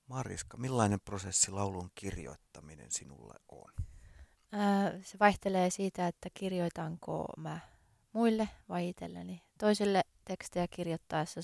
Mariska, millainen prosessi laulun kirjoittaminen sinulle on? Se vaihtelee siitä, että kirjoitanko mä muille vai itselleni. Toisille tekstejä kirjoittaessa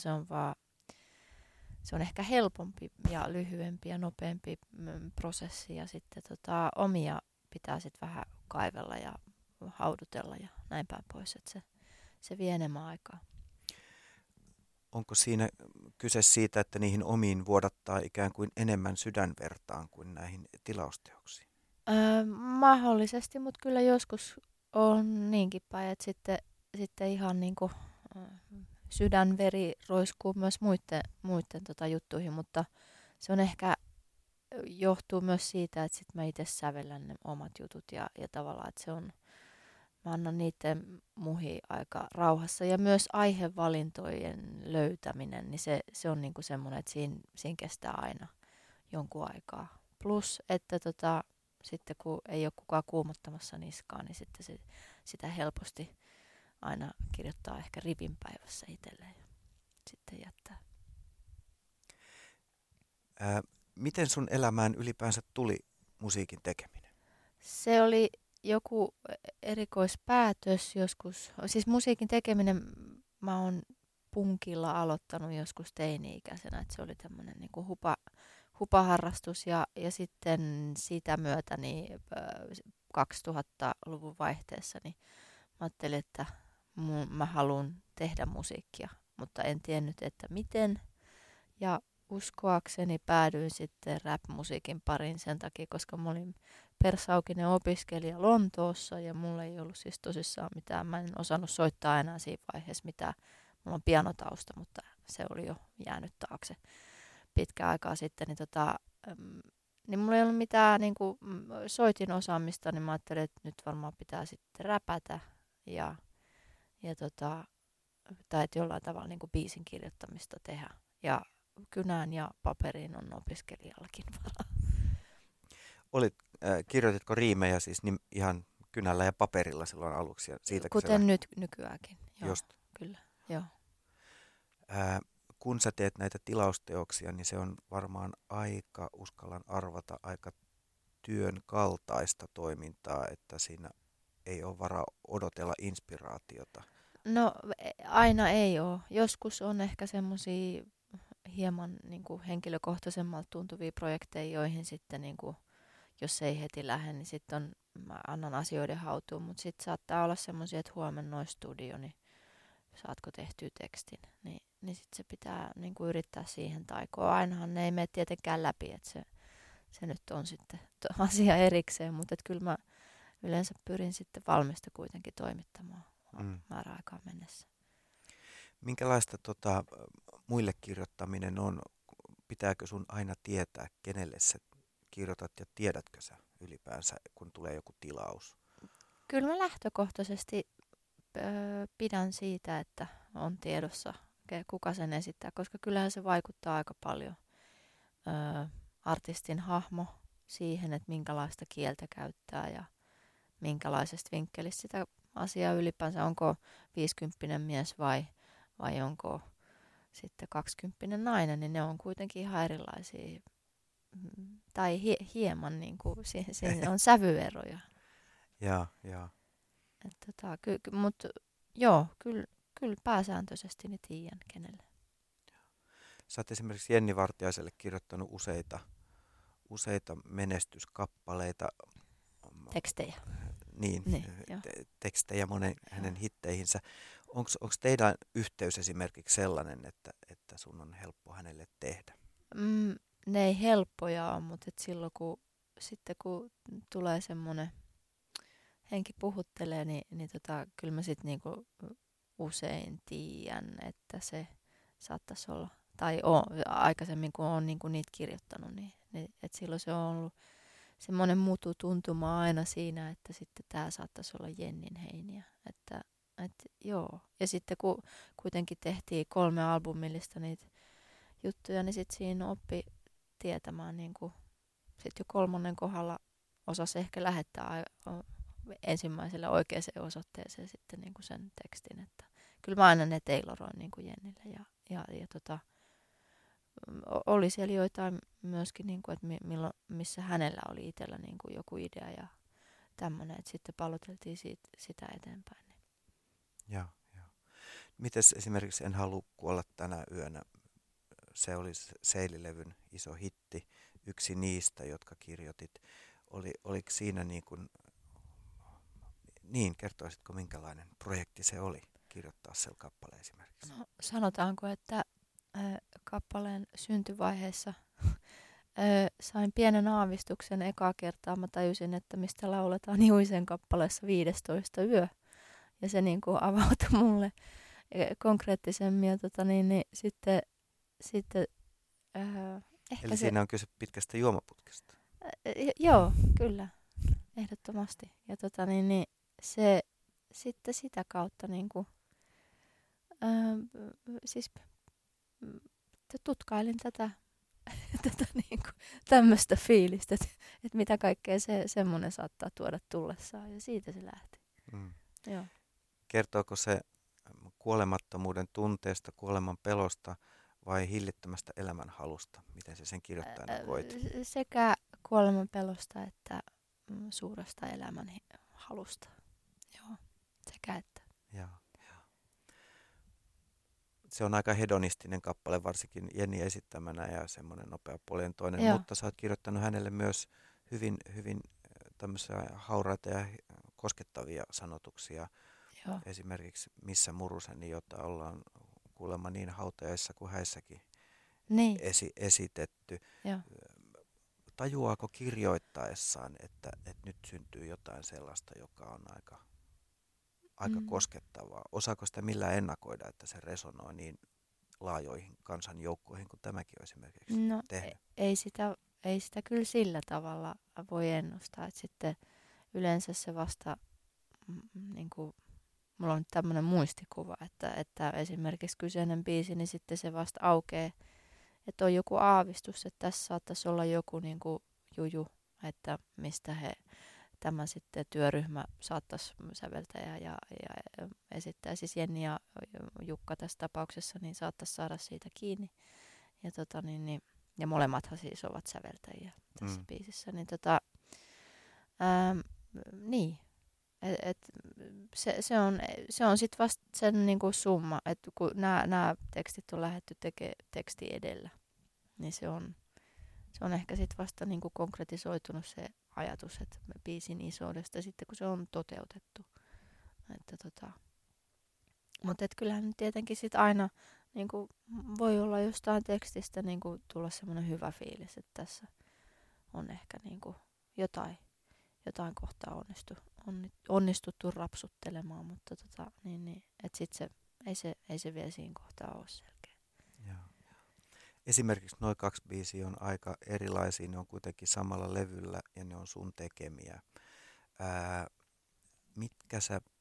se on ehkä helpompi ja lyhyempi ja nopeampi prosessi. Ja sitten omia pitää sitten vähän kaivella ja haudutella ja näin päin pois. Että se vie enemmän aikaa. Onko siinä kyse siitä, että niihin omiin vuodattaa ikään kuin enemmän sydänvertaan kuin näihin tilausteoksiin? Mahdollisesti, mutta kyllä joskus on niinkin päin, että sitten ihan niin kuin sydänveri roiskuu myös muiden juttuihin, mutta se on ehkä johtuu myös siitä, että sit mä itse sävellän ne omat jutut ja tavallaan, että mä annan niiden muhi aika rauhassa. Ja myös aihevalintojen löytäminen, niin se on niinku semmoinen, että siinä kestää aina jonkun aikaa. Plus, että sitten kun ei ole kukaan kuumottamassa niskaa, niin sitten sitä helposti aina kirjoittaa ehkä rivin päivässä itselleen ja sitten jättää. Miten sun elämään ylipäänsä tuli musiikin tekeminen? Se oli joku erikoispäätös joskus. Siis musiikin tekeminen mä oon punkilla aloittanut joskus teini-ikäisenä. Et se oli tämmöinen niinku hupaharrastus ja sitten sitä myötä niin 2000-luvun vaihteessa niin mä ajattelin, että mä haluan tehdä musiikkia, mutta en tiennyt, että miten. Ja uskoakseni päädyin sitten rap-musiikin pariin sen takia, koska mä olin persaukinen opiskelija Lontoossa ja mulla ei ollut siis tosissaan mitään. Mä en osannut soittaa enää siinä vaiheessa mitään. Mulla on pianotausta, mutta se oli jo jäänyt taakse pitkään aikaa sitten. Niin mulla ei ollut mitään niin kuin, soitin osaamista, niin mä ajattelin, että nyt varmaan pitää sitten räpätä tai että jollain tavalla niin kuin biisin kirjoittamista tehdä. Ja kynään ja paperiin on opiskelijallakin varaa. Kirjoititko riimejä siis ihan kynällä ja paperilla silloin aluksi? Ja siitäkö se Kuten nyt nykyäänkin. Joo, Just. kyllä. Joo. Kun sä teet näitä tilausteoksia, niin se on varmaan aika, uskallan arvata, aika työn kaltaista toimintaa, että siinä ei ole varaa odotella inspiraatiota. No aina ei ole. Joskus on ehkä semmoisia hieman niin kuin henkilökohtaisemmalta tuntuvia projekteja, joihin sitten niin kuin, jos ei heti lähde, niin sitten mä annan asioiden hautuun. Mutta sitten saattaa olla semmoisia, että huomenna noin studio, niin saatko tehtyä tekstin. Niin sitten se pitää niin kuin yrittää siihen taikoa. Ainahan ne ei mene tietenkään läpi, että se nyt on sitten asia erikseen, mutta kyllä mä yleensä pyrin sitten valmista kuitenkin toimittamaan määräaikaan mennessä. Minkälaista muille kirjoittaminen on? Pitääkö sun aina tietää, kenelle sä kirjoitat ja tiedätkö sä ylipäänsä, kun tulee joku tilaus? Kyllä mä lähtökohtaisesti pidän siitä, että on tiedossa, kuka sen esittää, koska kyllähän se vaikuttaa aika paljon artistin hahmo siihen, että minkälaista kieltä käyttää ja minkälaisesta vinkkelistä sitä asiaa ylipäänsä, onko 50 mies vai onko sitten 20 nainen, niin ne on kuitenkin ihan erilaisia. Tai hieman niin kuin, siinä on sävyeroja. Ja. Mutta joo, kyllä pääsääntöisesti niin tiedän kenelle. Sä oot esimerkiksi Jenni Vartiaiselle kirjoittanut useita menestyskappaleita. Tekstejä. Niin, tekstejä monen hänen hitteihinsä. Onko teidän yhteys esimerkiksi sellainen, että sun on helppo hänelle tehdä? Ne ei helppoja ole, mutta silloin kun tulee semmoinen henki puhuttelee, niin kyllä mä sitten niinku usein tiedän, että se saattaisi olla, tai aikaisemmin kun olen niinku niitä kirjoittanut, niin että silloin se on ollut semmoinen mututuntuma aina siinä, että sitten tämä saattaisi olla Jennin heiniä. Että joo. Ja sitten kun kuitenkin tehtiin 3 albumillista niitä juttuja, niin sitten siinä oppi tietämään, niin kuin, sitten jo 3. kohdalla osasi ehkä lähettää ensimmäiselle oikeaan osoitteeseen sitten niin kuin sen tekstin. Että kyllä mä aina ne tailoroin niin kuin Jennille ja oli siellä joitain myöskin, niin kuin, että missä hänellä oli itsellä niin kuin joku idea ja tämmöinen, että sitten palloteltiin sitä eteenpäin. Joo, joo. Mites esimerkiksi En halua kuolla tänä yönä? Se oli Seililevyn iso hitti, yksi niistä, jotka kirjoitit. Oliko siinä kertoisitko minkälainen projekti se oli kirjoittaa se kappale esimerkiksi? No, sanotaanko, että kappaleen syntyvaiheessa sain pienen aavistuksen ekaa kertaa. Mä tajusin, että mistä lauletaan Juisen kappaleessa 15 yö. Ja se niin kuin avautui mulle konkreettisemmin. Ja sitten ehkä Eli se... siinä on kyse pitkästä juomaputkesta. Joo, kyllä. Ehdottomasti. Ja se sitten sitä kautta niin kuin, siis tutkailin tätä niin kuin, tämmöistä fiilistä, että mitä kaikkea semmoinen saattaa tuoda tullessaan. Ja siitä se lähti. Mm. Joo. Kertooko se kuolemattomuuden tunteesta, kuoleman pelosta vai hillittömästä elämänhalusta? Miten se sen kirjoittajana koit? Sekä kuoleman pelosta että suuresta elämänhalusta. Joo, sekä että. Joo. Se on aika hedonistinen kappale, varsinkin Jenni esittämänä ja semmoinen nopeapuolentoinen, mutta sä oot kirjoittanut hänelle myös hyvin tämmöisiä hauraita ja koskettavia sanotuksia. Joo. Esimerkiksi Missä muruseni, jota ollaan kuulemma niin hautajaisissa kuin häissäkin esitetty. Joo. Tajuaako kirjoittaessaan, että nyt syntyy jotain sellaista, joka on aika koskettavaa? Osaako sitä millään ennakoida, että se resonoi niin laajoihin kansanjoukkoihin kuin tämäkin on esimerkiksi tehnyt? Ei sitä kyllä sillä tavalla voi ennustaa, että sitten yleensä se vasta, niin kuin, mulla on nyt tämmöinen muistikuva, että esimerkiksi kyseinen biisi, niin sitten se vasta aukeaa, että on joku aavistus, että tässä saattaisi olla joku niin kuin juju, että mistä tämä sitten työryhmä saattaisi säveltää ja esittää. Siis Jenni ja Jukka tässä tapauksessa niin saattaisi saada siitä kiinni. Ja, ja molemmathan siis ovat säveltäjiä tässä biisissä. Niin, se on sitten vasta sen niinku summa, että kun nämä tekstit on lähdetty tekemään teksti edellä, niin se on ehkä sitten vasta niinku konkretisoitunut se ajatus, että biisin isoudesta sitten kun se on toteutettu. Mutta kyllähän nyt tietenkin sit aina niinku, voi olla jostain tekstistä niinku, tulla semmoinen hyvä fiilis, että tässä on ehkä niinku, jotain kohtaa onnistuttu rapsuttelemaan, mutta että sitten ei se vielä siinä kohtaa ole selkeä. Joo. Esimerkiksi nuo 2 biisiä on aika erilaisia, ne on kuitenkin samalla levyllä ja ne on sun tekemiä. Mitkä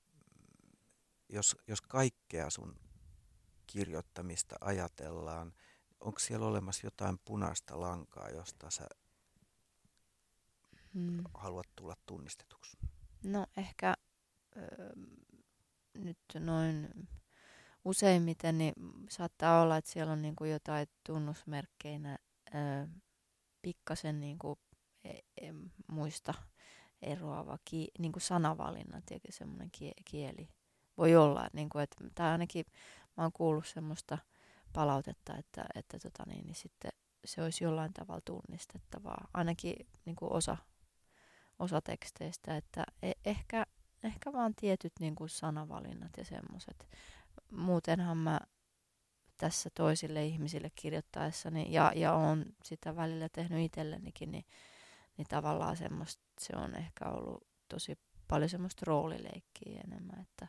jos kaikkea sun kirjoittamista ajatellaan, onko siellä olemassa jotain punaista lankaa, josta sä haluat tulla tunnistetuksi? No ehkä nyt noin useimmiten niin saattaa olla, että siellä on niinku jotain tunnusmerkkeinä pikkasen niinku muista eroava niinku sanavalinnat ja semmoinen kieli. Voi olla, niinku, tai ainakin mä oon kuullut semmoista palautetta, että niin sitten se olisi jollain tavalla tunnistettavaa. Ainakin niinku osa teksteistä, että ehkä vaan tietyt niinku sanavalinnat ja semmoiset. Muutenhan mä tässä toisille ihmisille kirjoittaessani ja olen sitä välillä tehnyt itsellenikin, niin tavallaan semmoista, se on ehkä ollut tosi paljon semmoista roolileikkiä enemmän, että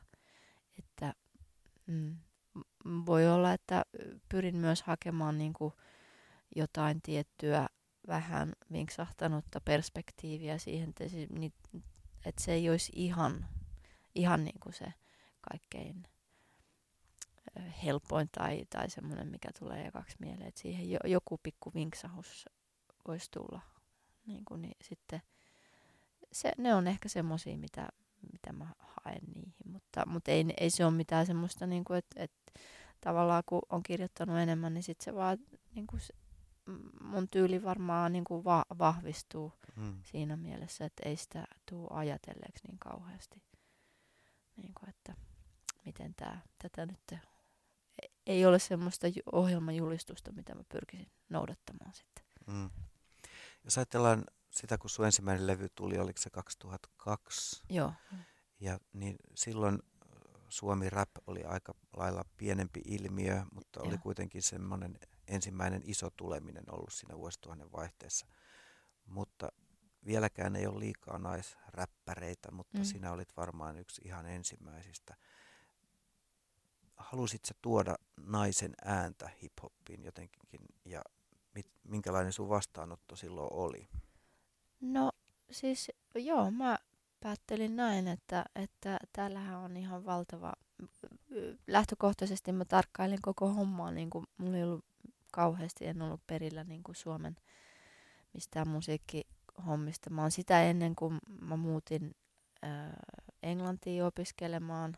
voi olla, että pyrin myös hakemaan niinku jotain tiettyä vähän vinksahtanutta perspektiiviä siihen, että se ei olisi ihan niin kuin se kaikkein helpoin tai semmoinen, mikä tulee ekaksi mieleen, että siihen joku pikku vinksahus voisi tulla. Niin sitten ne on ehkä semmoisia, mitä mä haen niihin, mutta ei se ole mitään semmoista, niin kuin, että tavallaan kun on kirjoittanut enemmän, niin sitten se vaan niinku mun tyyli varmaan niinku vahvistuu siinä mielessä, että ei sitä tule ajatelleeksi niin kauheasti. Niinku, että miten tätä nyt ei ole semmoista ohjelmajulistusta, mitä mä pyrkisin noudattamaan sitten. Jos ajatellaan sitä, kun sun ensimmäinen levy tuli, oliko se 2002? Joo. Ja niin silloin Suomi Rap oli aika lailla pienempi ilmiö, mutta oli kuitenkin semmoinen ensimmäinen iso tuleminen ollut siinä vuosituhannen vaihteessa. Mutta vieläkään ei ole liikaa naisräppäreitä, mutta sinä olit varmaan yksi ihan ensimmäisistä. Halusit sä tuoda naisen ääntä hip-hoppiin jotenkin ja minkälainen sun vastaanotto silloin oli? No siis joo, mä päättelin näin, että täällähän on ihan valtava. Lähtökohtaisesti mä tarkkailin koko hommaa, niin kuin mulla ei ollut kauheasti, en ollut perillä niin kuin Suomen mistään musiikkihommista. Mä oon sitä ennen kuin mä muutin Englantiin opiskelemaan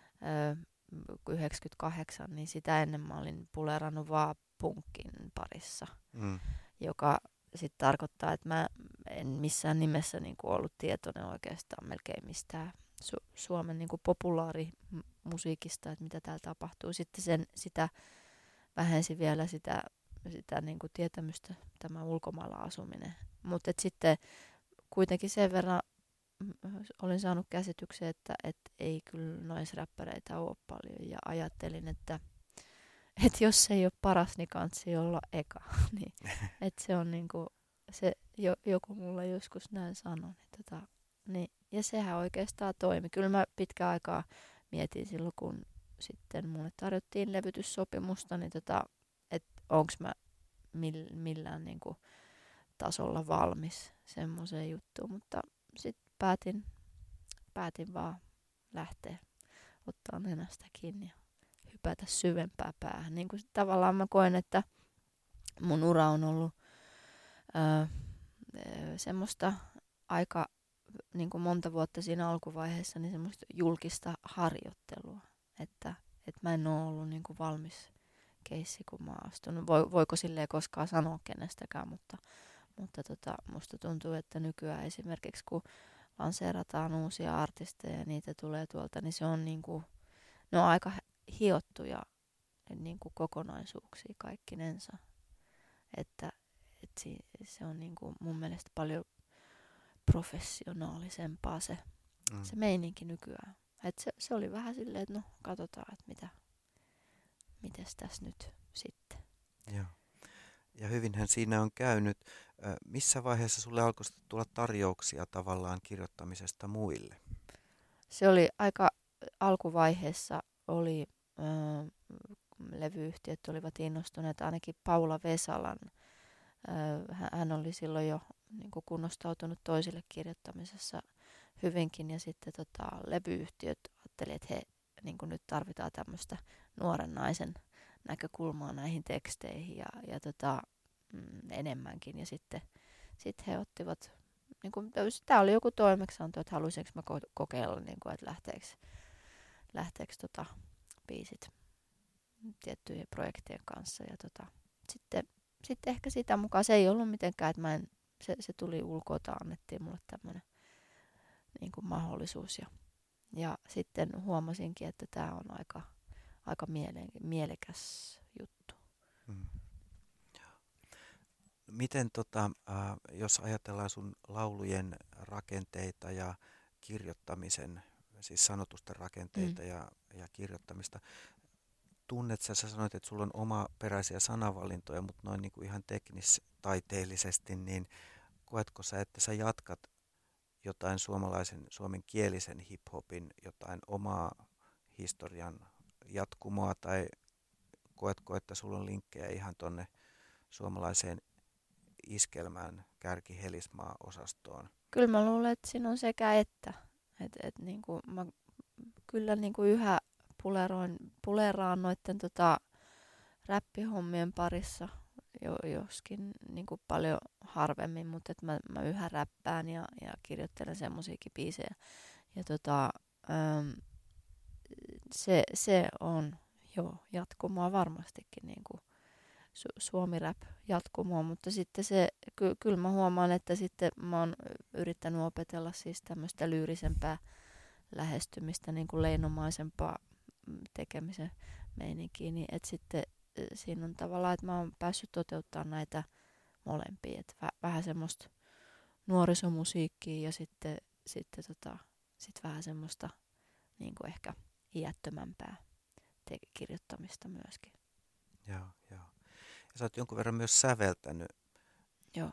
98, niin sitä ennen mä olin pulerannut vaan punkin parissa, joka sitten tarkoittaa, että mä en missään nimessä niinku ollut tietoinen oikeastaan melkein mistään Suomen niinku populaarimusiikista, että mitä täällä tapahtuu. Sitten sitä vähensi vielä sitä niinku tietämystä tämä ulkomailla asuminen. Mutta sitten kuitenkin sen verran olin saanut käsityksen, että ei kyllä naisräppäreitä ole paljon ja ajattelin, että jos se ei ole paras, niin kansi olla eka. Niin, että se on niinku, joku mulle joskus näin sanoi. Niin, ja sehän oikeastaan toimi. Kyllä mä pitkään aikaa mietin silloin, kun sitten mulle tarjottiin levytyssopimusta, niin että onko mä millään niinku tasolla valmis semmoiseen juttuun. Mutta sitten päätin vaan lähteä ottaa nenästä kiinni ja hypätä syvempää päähän. Niin kuin tavallaan mä koen, että mun ura on ollut semmoista aika niin kuin monta vuotta siinä alkuvaiheessa, niin semmoista julkista harjoittelua. Että mä en ole ollut niin kuin valmis keissi, kun mä oon astunut. Voiko silleen koskaan sanoa kenestäkään, mutta musta tuntuu, että nykyään esimerkiksi kun lanseerataan uusia artisteja ja niitä tulee tuolta, niin se on niinku, ne on aika hiottuja niinku kokonaisuuksia kaikkinensa. Että se on niinku mun mielestä paljon professionaalisempaa se meininki nykyään. Et se oli vähän silleen, että no katsotaan, että mites tässä nyt sitten. Joo. Ja hyvinhän siinä on käynyt. Missä vaiheessa sulle alkoi tulla tarjouksia tavallaan kirjoittamisesta muille? Se oli aika alkuvaiheessa levyyhtiöt olivat innostuneet, ainakin Paula Vesalan. Hän oli silloin jo niin kuin kunnostautunut toisille kirjoittamisessa hyvinkin ja sitten levyyhtiöt ajattelivat, että he niin kuin nyt tarvitaan tämmöistä nuoren naisen näkökulmaa näihin teksteihin ja enemmänkin. Ja sitten he ottivat, niin kuin, tämä oli joku toimeksianto, että haluaisinko mä kokeilla, niin kuin, että lähteekö biisit tiettyjen projektien kanssa. Ja sitten ehkä sitä mukaan se ei ollut mitenkään, että se tuli ulkoa, annettiin mulle tämmöinen niin kuin mahdollisuus. Ja sitten huomasinkin, että tämä on aika mielekäs juttu. Miten jos ajatellaan sun laulujen rakenteita ja kirjoittamisen, siis sanotusten rakenteita ja kirjoittamista, tunnet sä sanoit, että sulla on oma peräisiä sanavalintoja, mutta noin niin kuin ihan teknistaiteellisesti, niin koetko sä, että sä jatkat jotain suomenkielisen hip-hopin, jotain omaa historian jatkumoa, tai koetko, että sulla on linkkejä ihan tonne suomalaiseen iskelmään kärkihelismaa-osastoon? Kyllä mä luulen, että siinä on sekä että. Niin kuin mä kyllä niin kuin yhä puleraan noiden räppihommien parissa, joskin niin kuin paljon harvemmin, mutta että mä yhä räppään ja kirjoittelen semmoisiakin biisejä. Ja se on joo, jatkumoa varmastikin niin kuin suomi-rap jatkumoa, mutta sitten se, kyllä mä huomaan, että sitten mä oon yrittänyt opetella siis tämmöistä lyyrisempää lähestymistä, niin kuin leinomaisempaa tekemisen meininkiä, niin että sitten siinä on tavallaan, että mä oon päässyt toteuttamaan näitä molempia, että vähän semmoista nuorisomusiikkia ja sitten vähän semmoista niin kuin ehkä iättömämpää kirjoittamista myöskin. Joo, joo. Ja sä oot jonkun verran myös säveltänyt. Joo.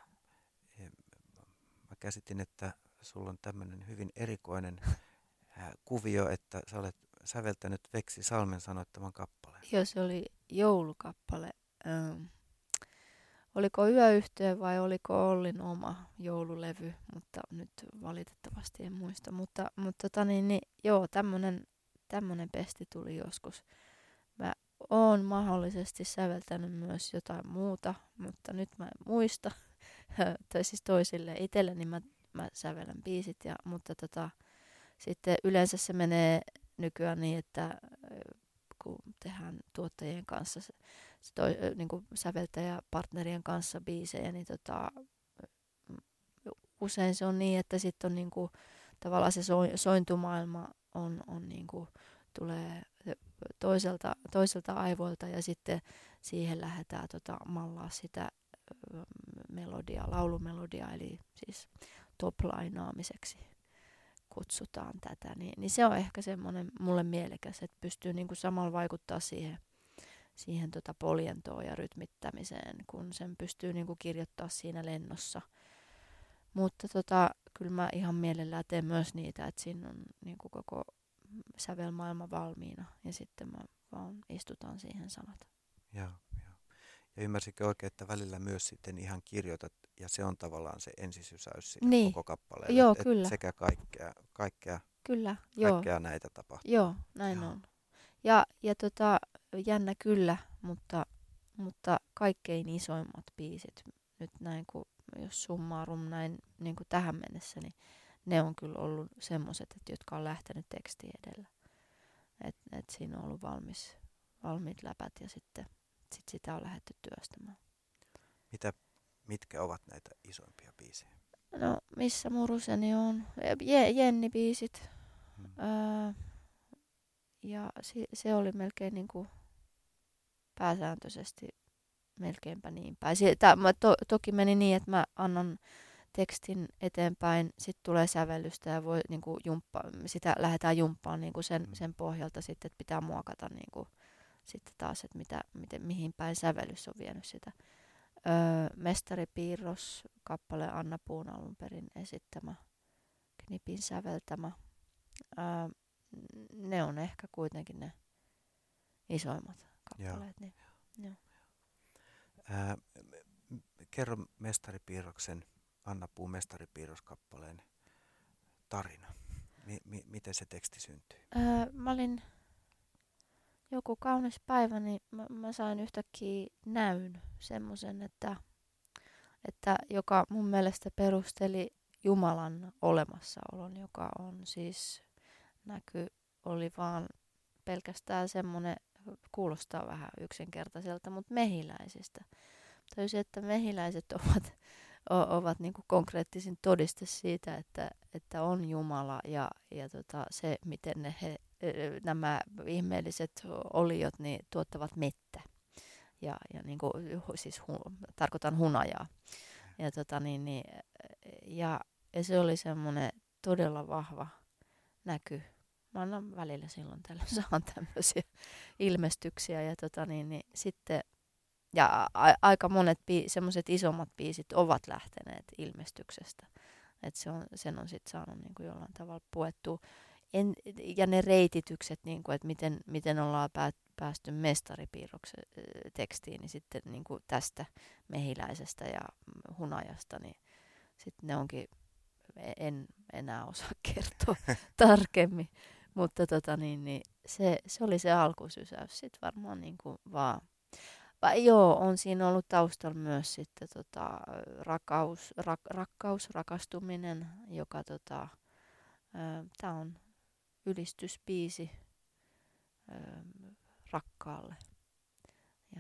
Mä käsitin, että sulla on tämmöinen hyvin erikoinen kuvio, että sä olet säveltänyt Veksi Salmen sanoittaman kappaleen. Joo, se oli joulukappale. Oliko Yöyhtiö vai oliko Ollin oma joululevy, mutta nyt valitettavasti en muista. Mutta joo, tämmönen pesti tuli joskus. Mä oon mahdollisesti säveltänyt myös jotain muuta, mutta nyt mä en muista. Tai siis toisille itselleni mä sävellän biisit, mutta sitten yleensä se menee nykyään niin, että kun tehdään tuottajien kanssa, niin kuin säveltäjäpartnerien kanssa biisejä, niin usein se on niin, että sitten on niin kuin, tavallaan se sointumaailma on niin kuin, tulee toiselta aivoilta ja sitten siihen lähdetään mallaa sitä laulumelodiaa, eli siis toplainaamiseksi kutsutaan tätä, niin se on ehkä semmoinen mulle mielekäs, että pystyy niinku samalla vaikuttaa siihen poljentoon ja rytmittämiseen, kun sen pystyy niinku kirjoittaa siinä lennossa. Mutta kyllä mä ihan mielellään teen myös niitä, että siinä on niinku koko sävelmaailma valmiina ja sitten mä vaan istutan siihen sanat. Joo, joo. Ja ymmärsikö oikein, että välillä myös sitten ihan kirjoitat, ja se on tavallaan se ensisysäys sille Niin. koko kappaleelle. Joo, kyllä. Sekä kaikkea näitä tapahtuu. Joo, näin on. Ja jännä kyllä, mutta kaikkein isoimmat biisit, nyt näin kun jos summarum näin niin kuin tähän mennessä, niin ne on kyllä ollut semmoiset, jotka on lähtenyt teksti edellä. Et siinä on ollut valmiit läpät ja sitten sitä on lähdetty työstämään. Mitkä ovat näitä isoimpia biisejä? No, missä muruseni on? Jenni-biisit. Ja se oli melkein niin kuin pääsääntöisesti melkeinpä niin päin. Toki meni niin, että mä annan tekstin eteenpäin, sitten tulee sävellystä ja voi niin kuin sitä lähdetään jumppaan niin kuin sen pohjalta sitten, että pitää muokata niin kuin, sitten taas, että mihin päin sävellys on vienyt sitä. Mestaripiirros, kappale Anna Puun alun perin esittämä, Knipin säveltämä. Ne on ehkä kuitenkin ne isoimmat kappaleet. Niin, joo. Kerro Mestaripiirroksen, Anna Puun Mestaripiirroskappaleen tarina. Miten se teksti syntyi? Mä olin joku kaunis päivä, niin mä sain yhtäkkiä näyn semmoisen, että joka mun mielestä perusteli Jumalan olemassaolon, joka on siis oli vaan pelkästään semmoinen, kuulostaa vähän yksinkertaiselta, mutta mehiläisistä. Täysin, että mehiläiset ovat niin kuin konkreettisin todiste siitä, että on Jumala ja se, miten nämä ihmeelliset oliot niin tuottavat mettä. Ja niin kuin, siis tarkoitan hunajaa. Ja se oli semmoinen todella vahva näky. Mä annan välillä silloin tällöin saan tämmöisiä ilmestyksiä ja sitten ja aika monet semmoiset isommat biisit ovat lähteneet ilmestyksestä. Et sen on sitten saanut niinku jollain tavalla puettua. Ja ne reititykset, niinku, että miten ollaan päästy Mestaripiirroksen tekstiin, niin sitten niinku tästä mehiläisestä ja hunajasta, niin sitten ne onkin, en enää osaa kertoa tarkemmin. Mutta se oli se alkusysäys sitten varmaan niinku vaan. Joo, on siinä ollut taustalla myös sitten rakastuminen, joka tää on ylistysbiisi rakkaalle. Ja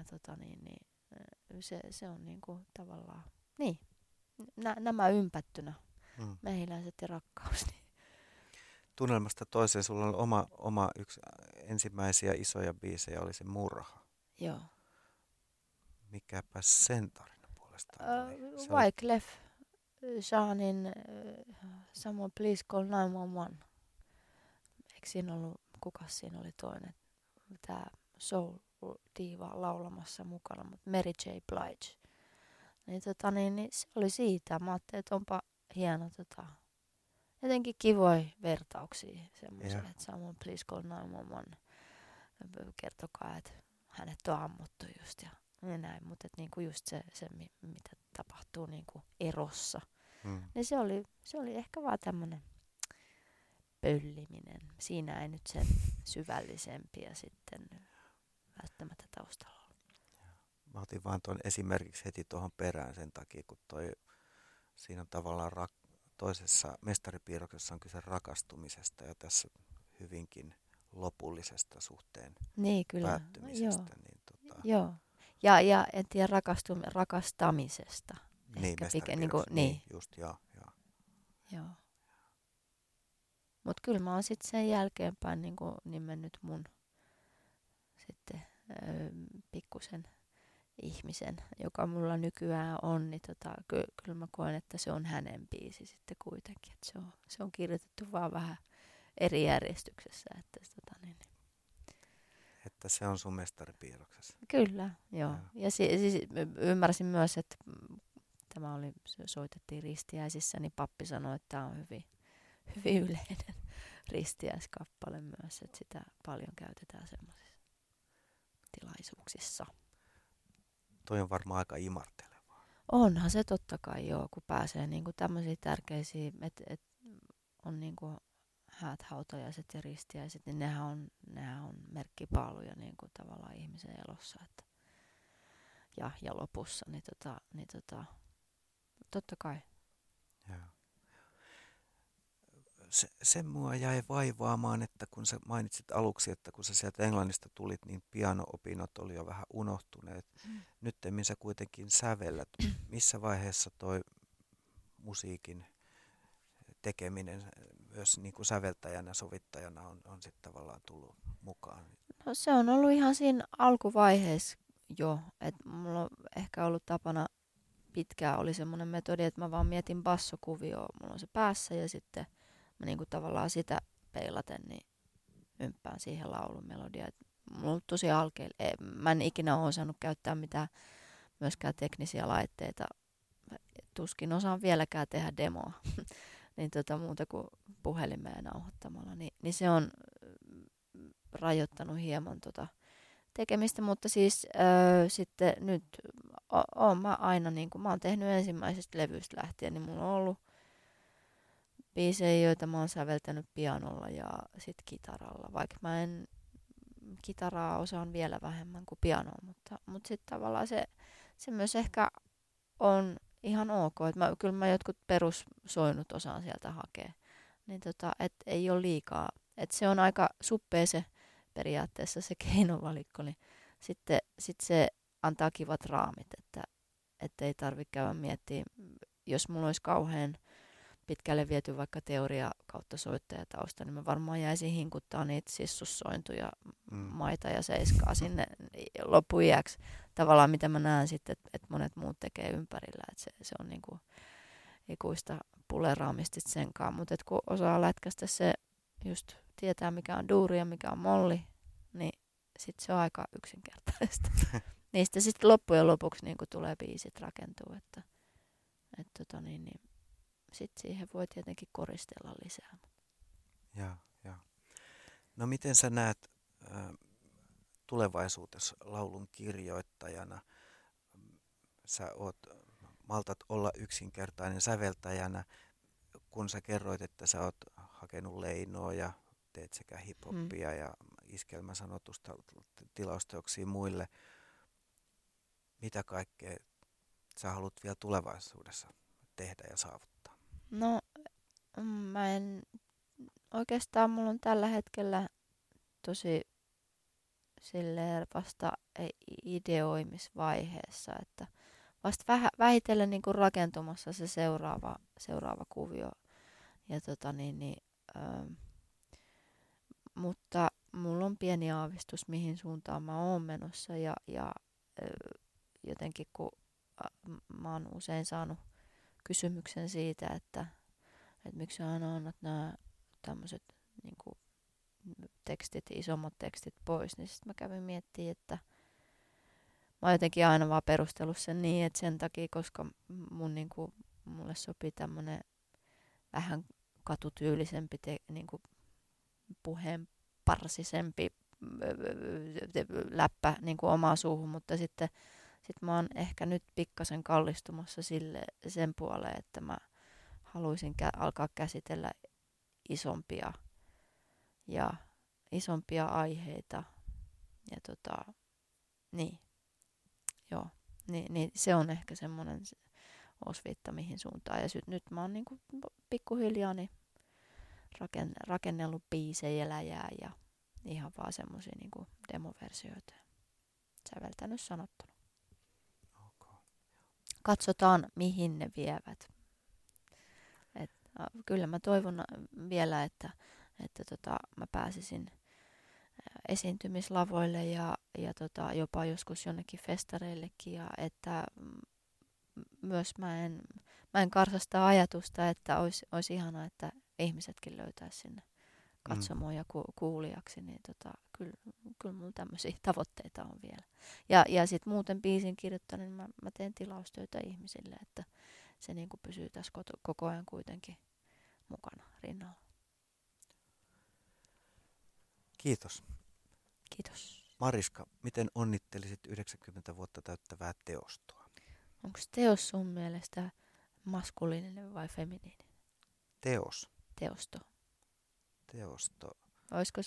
se on niinku tavallaan, niin, nämä ympättynä, mehiläiset ja rakkaus. Niin. Tunnelmasta toiseen sulla on oma yksi ensimmäisiä isoja biisejä oli se Murha. Joo. Mikäpä sen tarina puolestaan oli? Wyclef Jeanin Someone Please Call 911. Eikö siinä ollut, kukas siinä oli toinen? Tämä soul-diiva laulamassa mukana, mutta Mary J. Blige. Niin se oli siitä. Mä ajattelin, että onpa hieno jotenkin kivoja vertauksia semmoiselle, että Someone Please Call 911. Kertokaa, että hänet on ammuttu just ja näin, mutta niinku just se, mitä tapahtuu niinku erossa. Niin se oli ehkä vaan tämmönen pölliminen. Siinä ei nyt sen syvällisempiä sitten välttämättä taustalla ole. Mä otin vaan tuon esimerkiksi heti tuohon perään sen takia, kun siinä on tavallaan toisessa mestaripiirroksessa on kyse rakastumisesta ja tässä hyvinkin lopullisesta suhteen päättymisestä. Joo. Ja en tiedä rakastamisesta. Niin, niin. Just, joo. Mutta kyllä mä oon sitten sen jälkeenpäin nimennyt mun sitten pikkusen ihmisen, joka mulla nykyään on, niin kyllä mä koen, että se on hänen biisi sitten kuitenkin. Että se on kirjoitettu vaan vähän eri järjestyksessä. Että se on sun mestaripiirroksessa. Kyllä, joo. Ja ymmärsin myös, että soitettiin ristiäisissä, niin pappi sanoi, että tämä on hyvin yleinen ristiäiskappale myös, että sitä paljon käytetään semmoisissa tilaisuuksissa. Toi on varmaan aika imartelevaa. Onhan se totta kai joo, kun pääsee niinku tämmöisiin tärkeisiin, että on niinku häät, hautajaiset ja ristiäiset, niin nehän on merkkipaaluja niinku tavallaan ihmisen elossa. Että, ja lopussa, niin totta kai. Joo. Se mua jäi vaivaamaan, että kun sä mainitsit aluksi, että kun sä sieltä Englannista tulit, niin piano-opinnot oli jo vähän unohtuneet. Nyttemmin sä kuitenkin sävellät. Missä vaiheessa toi musiikin tekeminen myös niin kuin säveltäjänä, sovittajana on sitten tavallaan tullut mukaan? No se on ollut ihan siinä alkuvaiheessa jo, että mulla on ehkä ollut tapana pitkään oli semmoinen metodi, että mä vaan mietin bassokuvioa, mulla on se päässä ja sitten mä niinku tavallaan sitä peilaten niin ymppään siihen laulun melodiaan. Mulla on tosi alkeilla. Mä en ikinä ole osannut käyttää mitään myöskään teknisiä laitteita. Tuskin osaan vieläkään tehdä demoa niin muuta kuin puhelimeen nauhoittamalla. Niin se on rajoittanut hieman tekemistä, mutta siis sitten nyt oon mä aina, niin kuin mä oon tehnyt ensimmäisestä levystä lähtien, niin mulla on ollut biisejä, joita mä oon säveltänyt pianolla ja sit kitaralla, vaikka mä en kitaraa osaan vielä vähemmän kuin pianoa, mutta sitten tavallaan se myös ehkä on ihan ok, että kyllä mä jotkut perussoinut osaan sieltä hakea, niin et ei ole liikaa, että se on aika suppea se periaatteessa se keinovalikko, niin sitten se antaa kivat raamit, että ei tarvitse käydä miettiä, jos mulla olisi kauhean pitkälle viety vaikka teoria kautta soittajatausta, niin mä varmaan jäisin hinkuttaa niitä sissussointuja, maita ja seiskaa sinne loppuiäksi. Tavallaan mitä mä näen sitten, että monet muut tekee ympärillä, että se on niinku ikuista puleraamista senkaan, mutta kun osaa lätkästä se just tietää mikä on duuri ja mikä on molli, niin sitten se on aika yksinkertaista. Niistä sitten loppujen lopuksi niin tulee biisit rakentuu, että sitten siihen voi tietenkin koristella lisää. Joo. No miten sä näet tulevaisuudessa laulun kirjoittajana? Sä maltat olla yksinkertainen säveltäjänä, kun sä kerroit, että sä oot hakenut Leinoa ja teet sekä hip-hoppia ja iskelmäsanotusta tilausteoksia muille. Mitä kaikkea sä haluat vielä tulevaisuudessa tehdä ja saavuttaa? No, oikeastaan mulla on tällä hetkellä tosi silleen vasta ideoimisvaiheessa, että vasta vähitellen niin kuin rakentumassa se seuraava kuvio. Ja mutta mulla on pieni aavistus, mihin suuntaan mä oon menossa ja jotenkin kun mä oon usein saanut kysymyksen siitä, että miksi sä aina annat nämä tämmöiset niin kuin tekstit, isommat tekstit pois, niin sitten mä kävin miettimään, että mä oon jotenkin aina vaan perustellut sen niin, että sen takia, koska mulle sopii tämmönen vähän katutyylisempi, niinku puheenparsisempi läppä niinku omaan suuhun, mutta sitten mä oon ehkä nyt pikkasen kallistumassa sen puoleen, että mä haluaisin alkaa käsitellä isompia aiheita ja niin. Joo, niin se on ehkä semmoinen osviitta mihin suuntaan. Ja nyt mä oon niinku pikkuhiljaa niin rakennellut biisejä läjää ja ihan vaan semmosia niinku demoversioita säveltänyt sanottuna. Okay. Katsotaan mihin ne vievät. Kyllä mä toivon vielä, että mä pääsisin esiintymislavoille ja jopa joskus jonnekin festareillekin ja että myös mä en karsasta ajatusta, että olisi ihanaa, että ihmisetkin löytäisi sinne katsomoon ja kuulijaksi, niin kyllä mulla tämmöisiä tavoitteita on vielä. Ja sitten muuten biisin kirjoittaneen mä teen tilaustöitä ihmisille, että se niinku pysyy tässä koko ajan kuitenkin mukana rinnalla. Kiitos. Kiitos. Mariska, miten onnittelisit 90 vuotta täyttävää teostoa? Onko teos sun mielestä maskuliininen vai feminiininen? Teos. Teosto. Olisiko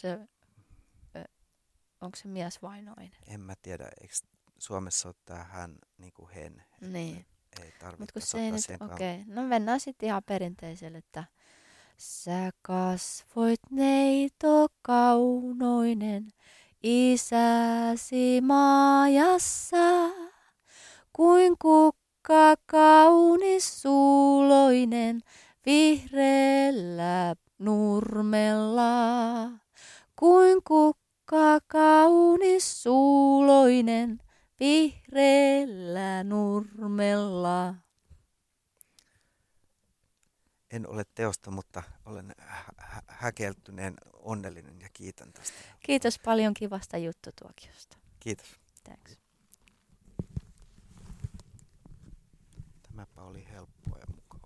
onko se mies vai nainen? En mä tiedä, eikö Suomessa ole tää hän niin kuin hen? Niin. Ei tarvitse Mutta se ei nyt, okei. No mennään sitten ihan perinteiselle, että sä kasvoit neito kaunoinen isäsi maajassa, kuin kukka kaunis suuloinen vihreällä nurmella, kuin kukka kaunis suuloinen vihreällä nurmella. En ole teosta, mutta olen häkeltyneen onnellinen ja kiitän tästä. Kiitos paljon kivasta juttutuokiosta. Kiitos. Thanks. Tämäpä oli helppo.